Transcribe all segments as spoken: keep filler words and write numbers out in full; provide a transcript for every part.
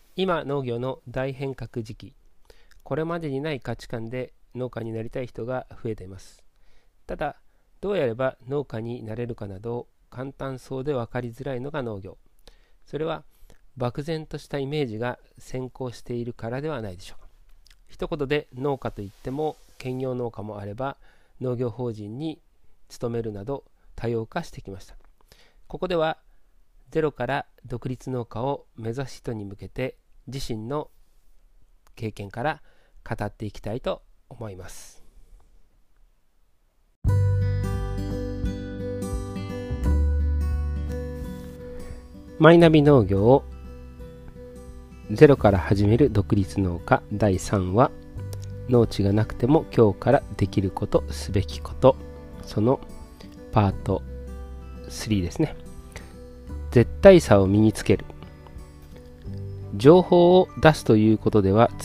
今農業の大変革時期、これまでにない価値観で農家になりたい人が増えています。ただ、どうやれば農家になれるかなど簡単そうで分かりづらいのが農業。それは漠然としたイメージが先行しているからではないでしょうか。一言で農家といっても兼業農家もあれば農業法人に勤めるなど多様化してきました。ここではゼロから独立農家を目指す人に向けて自身の経験から語っていきたいと思います。マイナビ農業をゼロから始める独立農家だいさんわ、農地がなくても今日からできること、すべきこと、そのパートスリーですね。絶対さを身につける。情報を出すということでは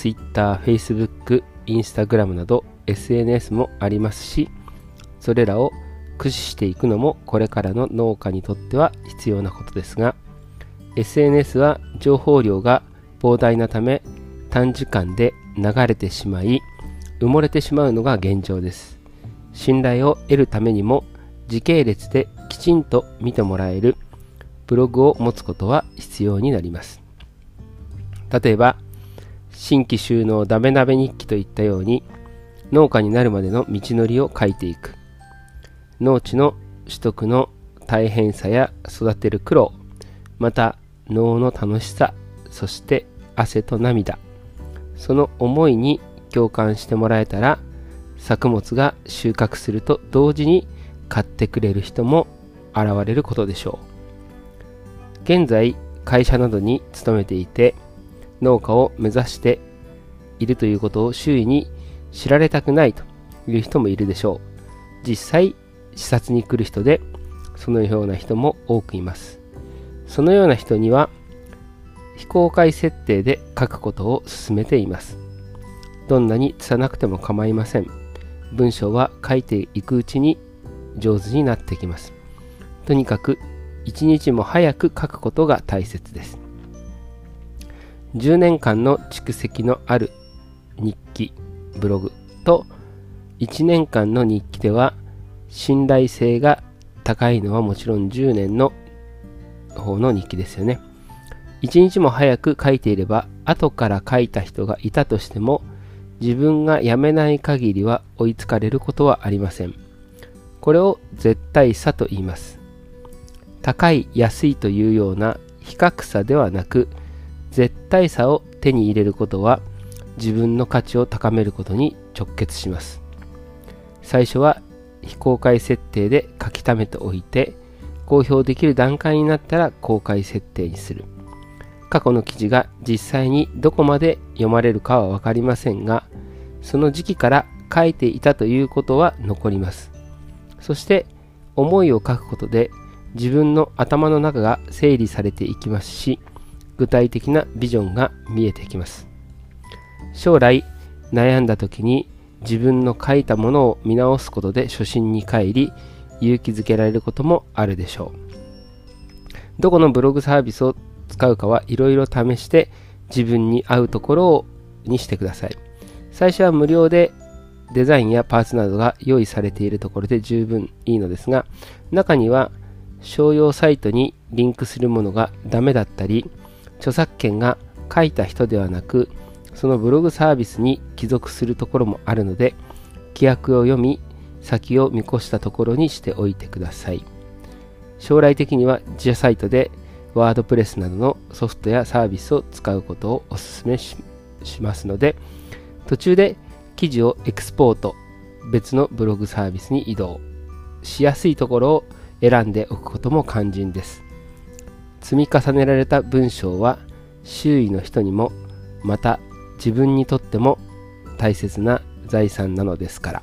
Twitter、Facebook、Instagram など エスエヌエス もありますし、それらを駆使していくのもこれからの農家にとっては必要なことですが、エスエヌエス は情報量が膨大なため短時間で流れてしまい埋もれてしまうのが現状です。信頼を得るためにも時系列できちんと見てもらえるブログを持つことは必要になります。例えば新規収納ダメ鍋日記といったように農家になるまでの道のりを書いていく。農地の取得の大変さや育てる苦労、また農の楽しさ、そして汗と涙、その思いに共感してもらえたら作物が収穫すると同時に買ってくれる人も現れることでしょう。現在会社などに勤めていて農家を目指しているということを周囲に知られたくないという人もいるでしょう。実際視察に来る人でそのような人も多くいます。そのような人には非公開設定で書くことを勧めています。どんなに拙くても構いません。文章は書いていくうちに上手になってきます。とにかく一日も早く書くことが大切です。じゅうねんかんの蓄積のある日記、ブログといちねんかんの日記では信頼性が高いのはもちろんじゅうねんの方の日記ですよね。一日も早く書いていれば後から書いた人がいたとしても自分がやめない限りは追いつかれることはありません。これを絶対差と言います。高い安いというような比較差ではなく絶対差を手に入れることは自分の価値を高めることに直結します。最初は非公開設定で書き溜めておいて公表できる段階になったら公開設定にする。過去の記事が実際にどこまで読まれるかは分かりませんが、その時期から書いていたということは残ります。そして思いを書くことで自分の頭の中が整理されていきますし、具体的なビジョンが見えてきます。将来悩んだ時に自分の書いたものを見直すことで初心に帰り勇気づけられることもあるでしょう。どこのブログサービスを使うかはいろいろ試して自分に合うところをにしてください。最初は無料でデザインやパーツなどが用意されているところで十分いいのですが、中には商用サイトにリンクするものがダメだったり、著作権が書いた人ではなくそのブログサービスに帰属するところもあるので、規約を読み先を見越したところにしておいてください。将来的には自社サイトでワードプレスなどのソフトやサービスを使うことをお勧め し, しますので、途中で記事をエクスポート、別のブログサービスに移動しやすいところを選んでおくことも肝心です。積み重ねられた文章は周囲の人にもまた自分にとっても大切な財産なのですから。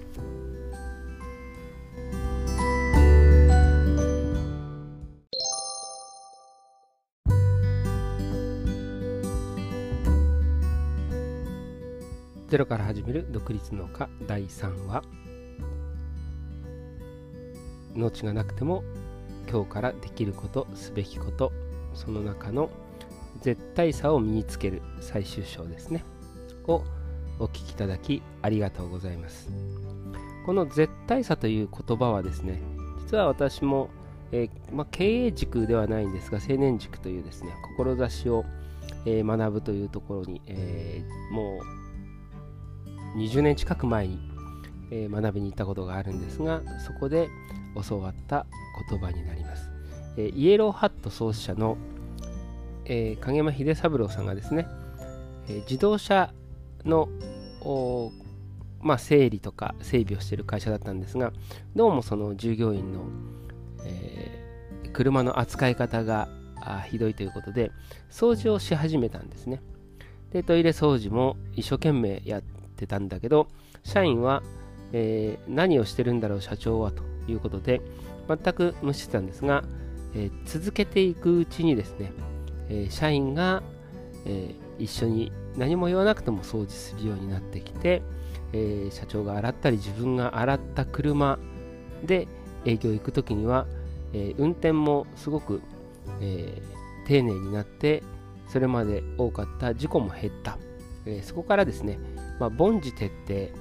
ゼロから始める独立農家だいさんわ、農地がなくても今日からできること、すべきこと、その中の絶対さを身につける最終章ですねをお聞きいただきありがとうございます。この絶対さという言葉はですね、実は私も、えーまあ、経営塾ではないんですが、青年塾というですね志を、えー、学ぶというところに、えー、もうにじゅうねん近く前に、えー、学びに行ったことがあるんですが、そこで教わった言葉になります。えー、イエローハット創始者の、えー、影山秀三郎さんがですね、えー、自動車のまあ、整理とか整備をしている会社だったんですが、どうもその従業員の、えー、車の扱い方がひどいということで掃除をし始めたんですね。でトイレ掃除も一生懸命やってたんだけど、社員は、えー、何をしてるんだろう社長はということで全く無視してたんですが、えー、続けていくうちにですね、えー、社員が、えー、一緒に何も言わなくても掃除するようになってきて、えー、社長が洗ったり自分が洗った車で営業行くときには、えー、運転もすごく、えー、丁寧になって、それまで多かった事故も減った、えー、そこからですね、まあ、凡事徹底、え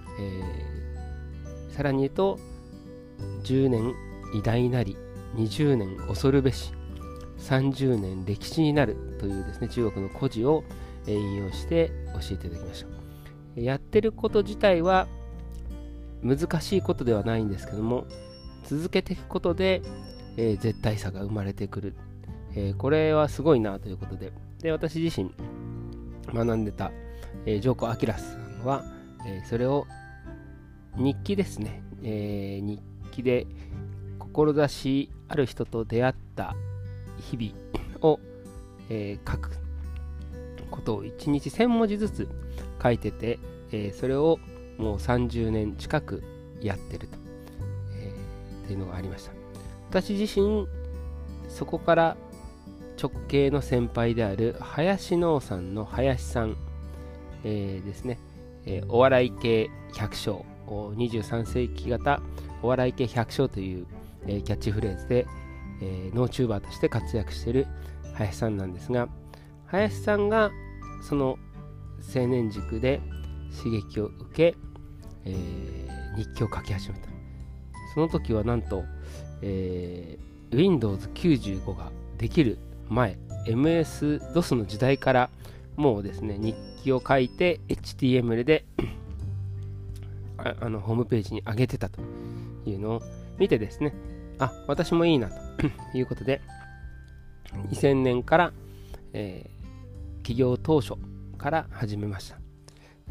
ー、さらに言うとじゅうねん偉大なりにじゅうねん恐るべしさんじゅうねん歴史になるというですね中国の故事を引用して教えていただきました。やってること自体は難しいことではないんですけども、続けていくことで、えー、絶対さが生まれてくる、えー、これはすごいなということで、で私自身学んでた、えー、ジョーコ・アキラスさんは、えー、それを日記ですね、えー、日記で志ある人と出会った日々を、えー、書くことをいちにちせんもじずつ書いてて、えー、それをもうさんじゅうねん近くやってると、えー、っていうのがありました。私自身そこから直系の先輩である林農さんの林さん、えー、ですね、えー、お笑い系百姓にじゅうさん世紀型お笑い系百姓という、えー、キャッチフレーズで、えー、ノーチューバーとして活躍している林さんなんですが、林さんがその青年塾で刺激を受け、えー、日記を書き始めた。その時はなんと、えー、ウィンドウズきゅうじゅうご ができる前 エムエスドス の時代からもうですね日記を書いて エイチティーエムエル でああのホームページに上げてたというのを見てですね、あ、私もいいなということでにせんねんから、えー、起業当初から始めました。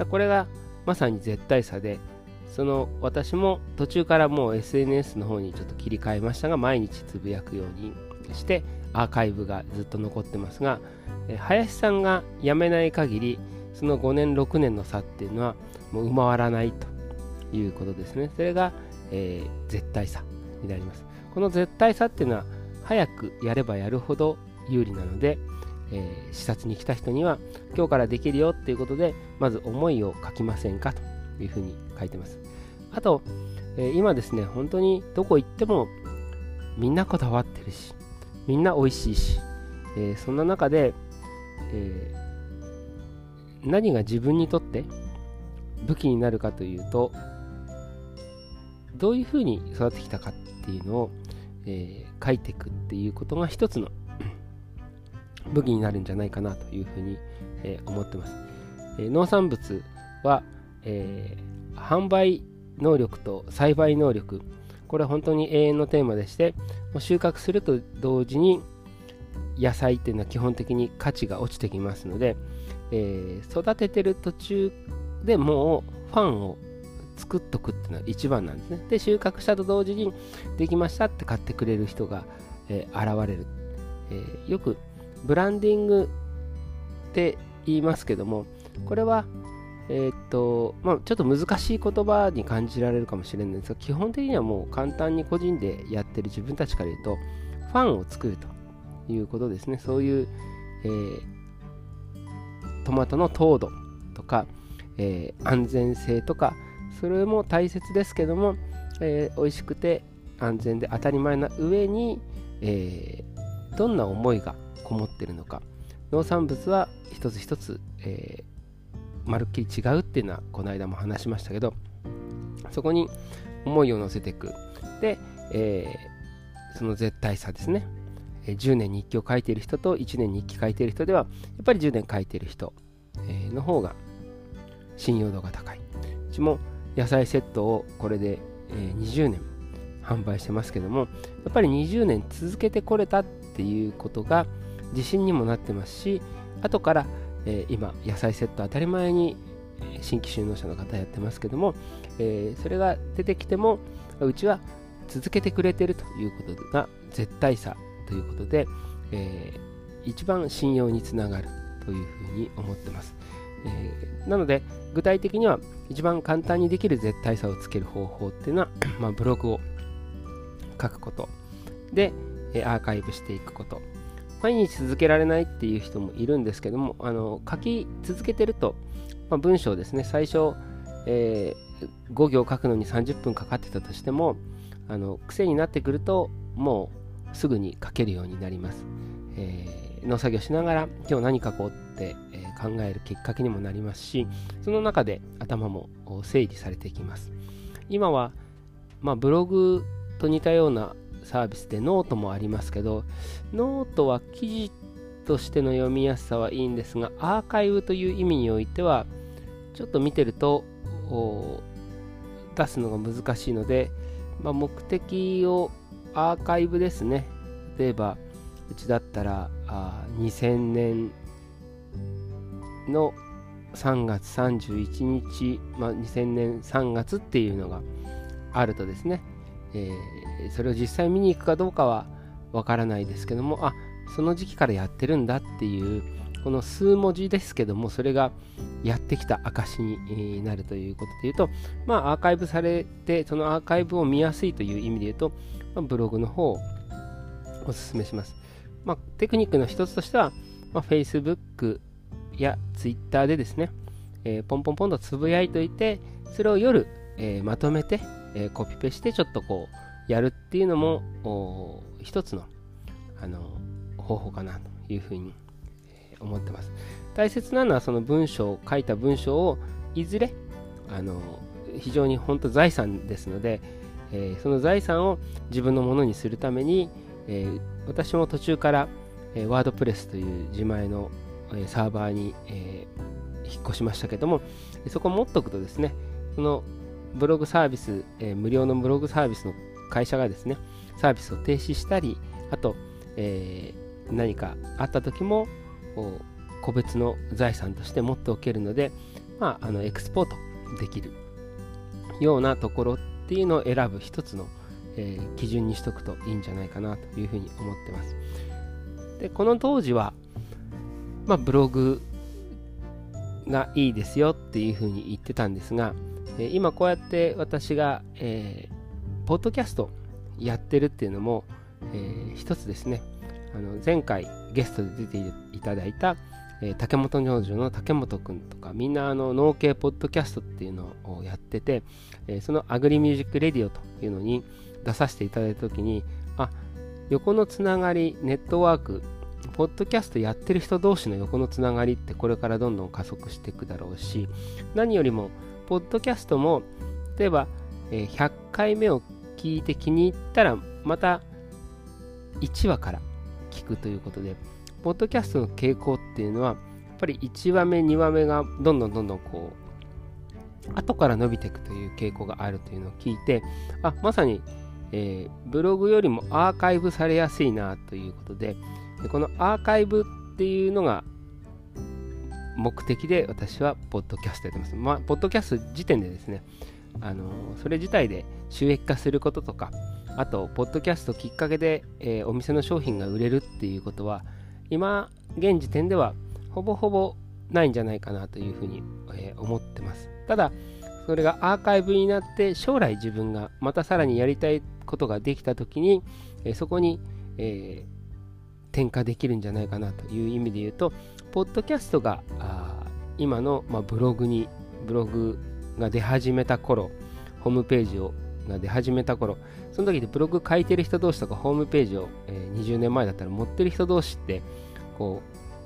これがまさに絶対さで、その私も途中からもう エスエヌエス の方にちょっと切り替えましたが、毎日つぶやくようにしてアーカイブがずっと残ってますが、え林さんが辞めない限りそのごねんろくねんの差っていうのはもう埋まらないということですね。それが、えー、絶対差になります。この絶対差っていうのは早くやればやるほど有利なので、えー、視察に来た人には今日からできるよっていうことで、まず思いを書きませんかというふうに書いてます。あと、えー、今ですね、本当にどこ行ってもみんなこだわってるし、みんな美味しいし、えー、そんな中で、えー、何が自分にとって武器になるかというと、どういうふうに育ってきたかっていうのを、えー、書いていくっていうことが一つの武器になるんじゃないかなというふうに、えー、思ってます。えー、農産物は、えー、販売能力と栽培能力、これは本当に永遠のテーマでして、もう収穫すると同時に野菜っていうのは基本的に価値が落ちてきますので、えー、育ててる途中でもうファンを作っとくっていうのは一番なんですね。で、収穫したと同時にできましたって買ってくれる人が、えー、現れる、えー、よくブランディングって言いますけども、これはえーっとまあ、ちょっと難しい言葉に感じられるかもしれないんですが、基本的にはもう簡単に個人でやってる自分たちから言うとファンを作るということですね。そういう、えー、トマトの糖度とか、えー、安全性とか、それも大切ですけども、えー、美味しくて安全で当たり前な上に、えー、どんな思いがこもってるのか、 農産物は一つ一つ、えー、まるっきり違うっていうのはこの間も話しましたけど、そこに思いを乗せていく。で、えー、その絶対差ですね。じゅうねん日記を書いている人といちねん日記書いている人では、やっぱりじゅうねん書いている人の方が信用度が高い。うちも野菜セットをこれでにじゅうねん販売してますけども、やっぱりにじゅうねん続けてこれたっていうことが自信にもなってますし、後から、えー、今野菜セット当たり前に新規就農者の方やってますけども、えー、それが出てきてもうちは続けてくれてるということが絶対差ということで、えー、一番信用につながるというふうに思ってます。えー、なので具体的には一番簡単にできる絶対差をつける方法っていうのは、まあ、ブログを書くことで、えー、アーカイブしていくこと。毎日続けられないっていう人もいるんですけども、あの書き続けてると、まあ、文章ですね、最初、えー、ご行書くのにさんじゅっぷんかかってたとしても、あの癖になってくるともうすぐに書けるようになります。えー、農作業しながら今日何書こうって、えー、考えるきっかけにもなりますし、その中で頭も整理されていきます。今は、まあ、ブログと似たようなサービスでノートもありますけど、ノートは記事としての読みやすさはいいんですが、アーカイブという意味においてはちょっと見てると出すのが難しいので、まあ、目的をアーカイブですね。例えばうちだったらあにせんねんのさんがつさんじゅういちにち、まあ、にせんねんさんがつっていうのがあるとですね、えー、それを実際見に行くかどうかはわからないですけども、あ、その時期からやってるんだっていうこの数文字ですけども、それがやってきた証になるということでいうと、まあアーカイブされて、そのアーカイブを見やすいという意味でいうと、まあ、ブログの方をお勧めします。まあ、テクニックの一つとしては、まあ、Facebook や Twitter でですね、えー、ポンポンポンとつぶやいといて、それを夜、えー、まとめて、えー、コピペしてちょっとこうやるっていうのも一つの、あの方法かなというふうに思ってます。大切なのはその文章を書いた文章をいずれあの非常に本当財産ですので、えー、その財産を自分のものにするために、えー、私も途中から、えー、ワードプレスという自前の、えー、サーバーに、えー、引っ越しましたけども、そこを持っておくとですね、そのブログサービス、えー、無料のブログサービスの会社がですね、サービスを停止したり、あと、えー、何かあった時も個別の財産として持っておけるので、まあ、あのエクスポートできるようなところっていうのを選ぶ一つの、えー、基準にしとくといいんじゃないかなというふうに思ってます。で、この当時は、まあ、ブログがいいですよっていうふうに言ってたんですが、えー、今こうやって私が、えー、ポッドキャストやってるっていうのも、えー、一つですね。あの前回ゲストで出ていただいた、えー、竹本農場の竹本くんとか、みんなあの農系ポッドキャストっていうのをやってて、えー、そのアグリミュージックレディオというのに出させていただいたときに、あ、横のつながり、ネットワーク、ポッドキャストやってる人同士の横のつながりってこれからどんどん加速していくだろうし、何よりもポッドキャストも例えば、えー、ひゃっかいめを聞いて気に入ったらまたいちわから聞くということで、ポッドキャストの傾向っていうのはやっぱりいちわめにわめがどんどんどんどんこう後から伸びていくという傾向があるというのを聞いて、あ、まさに、えー、ブログよりもアーカイブされやすいなということで、でこのアーカイブっていうのが目的で私はポッドキャストやってます。まあ、ポッドキャスト時点でですね、あのそれ自体で収益化することとか、あとポッドキャストきっかけで、えー、お店の商品が売れるっていうことは今現時点ではほぼほぼないんじゃないかなというふうに、えー、思ってます。ただそれがアーカイブになって将来自分がまたさらにやりたいことができた時に、えー、そこに、えー、転化できるんじゃないかなという意味で言うと、ポッドキャストがあ今の、まあ、ブログにブログが出始めた頃、ホームページをが出始めた頃、その時でブログ書いてる人同士とかホームページを、えー、にじゅうねんまえだったら持ってる人同士ってこう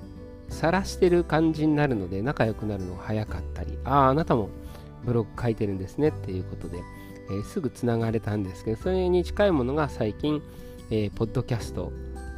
晒してる感じになるので仲良くなるのが早かったり、あああなたもブログ書いてるんですねっていうことで、えー、すぐつながれたんですけど、それに近いものが最近、えー、ポッドキャスト、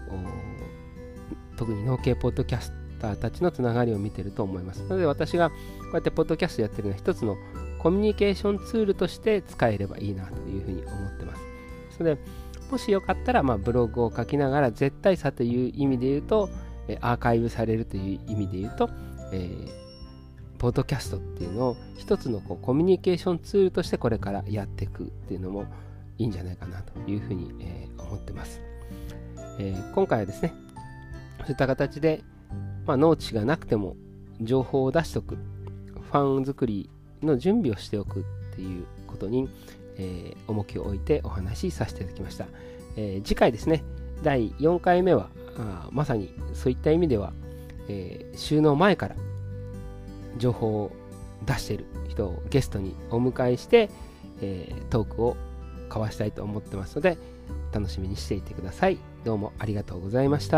特に農系ポッドキャスターたちのつながりを見てると思います。なので私がこうやってポッドキャストやってるのは一つのコミュニケーションツールとして使えればいいなというふうに思ってます。それでもしよかったら、まあ、ブログを書きながら絶対さという意味で言うと、えアーカイブされるという意味で言うと、えー、ポッドキャストっていうのを一つのこうコミュニケーションツールとしてこれからやっていくっていうのもいいんじゃないかなというふうに、えー、思ってます。えー、今回はですね、そういった形で、まあ、農地がなくても情報を出しておく、ファン作りの準備をしておくっていうことに、えー、重きを置いてお話しさせていただきました。えー、次回ですね、だいよんかいめはあまさにそういった意味では、えー、収納前から情報を出している人をゲストにお迎えして、えー、トークを交わしたいと思ってますので、楽しみにしていてください。どうもありがとうございました。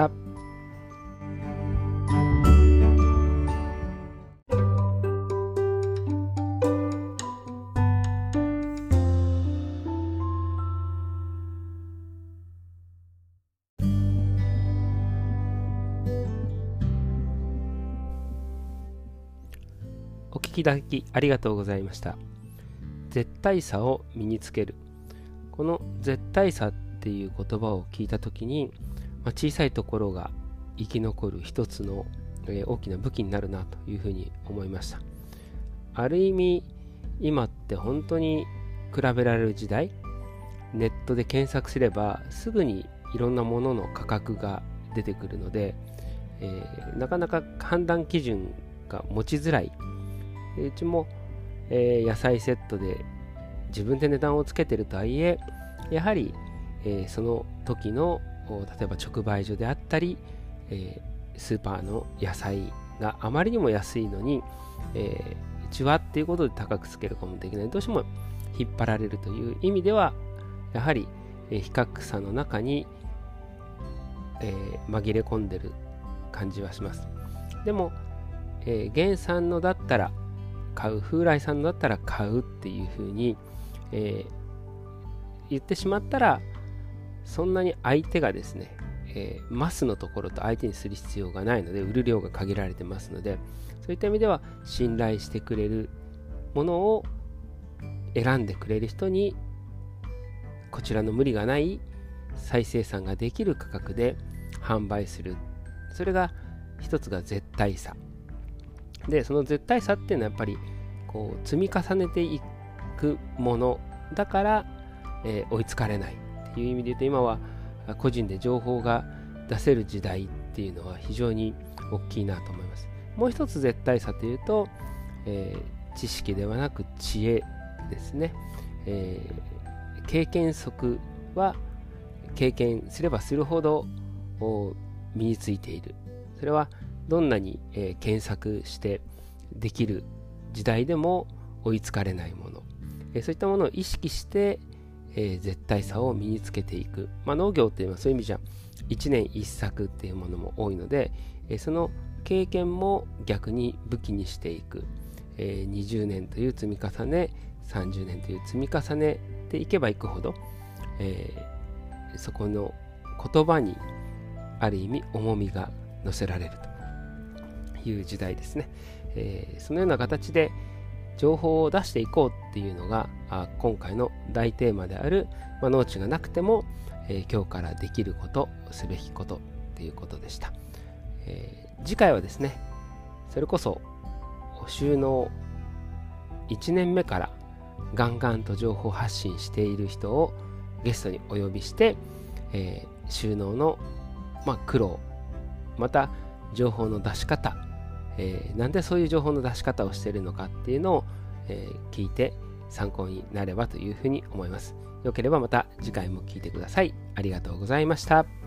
お聞きいただきありがとうございました。絶対差を身につける。この絶対差っていう言葉を聞いたときに、まあ、小さいところが生き残る一つの、えー、大きな武器になるなというふうに思いました。ある意味今って本当に比べられる時代、ネットで検索すればすぐにいろんなものの価格が出てくるので、えー、なかなか判断基準が持ちづらい。うちも、えー、野菜セットで自分で値段をつけてるとはいえ、やはり、えー、その時の例えば直売所であったり、えー、スーパーの野菜があまりにも安いのに、えー、うちはっていうことで高くつけることもできない。どうしても引っ張られるという意味ではやはり、えー、比較差の中に、えー、紛れ込んでる感じはします。でも、えー、原産のだったら買う、風来さんだったら買うっていう風に、えー、言ってしまったら、そんなに相手がですね、えー、マスのところと相手にする必要がないので、売る量が限られてますので、そういった意味では信頼してくれるものを選んでくれる人に、こちらの無理がない再生産ができる価格で販売する。それが一つが絶対差で、その絶対差っていうのはやっぱりこう積み重ねていくものだから、えー、追いつかれないっていう意味で言うと、今は個人で情報が出せる時代っていうのは非常に大きいなと思います。もう一つ絶対差というと、えー、知識ではなく知恵ですね。えー、経験則は経験すればするほど身についている。それはどんなに、えー、検索してできる時代でも追いつかれないもの、えー、そういったものを意識して、えー、絶対差を身につけていく、まあ、農業っていうのはそういう意味じゃいちねんいっさくっていうものも多いので、えー、その経験も逆に武器にしていく、えー、にじゅうねんという積み重ね、さんじゅうねんという積み重ねていけばいくほど、えー、そこの言葉にある意味重みが乗せられるという時代ですね。えー、そのような形で情報を出していこうっていうのがあ今回の大テーマである、まあ、農地がなくても、えー、今日からできること、すべきことっていうことでした。えー、次回はですね、それこそ収納いちねんめからガンガンと情報発信している人をゲストにお呼びして、えー、収納の、まあ、苦労、また情報の出し方、えー、なんでそういう情報の出し方をしているのかっていうのを、えー、聞いて参考になればというふうに思います。よければまた次回も聞いてください。ありがとうございました。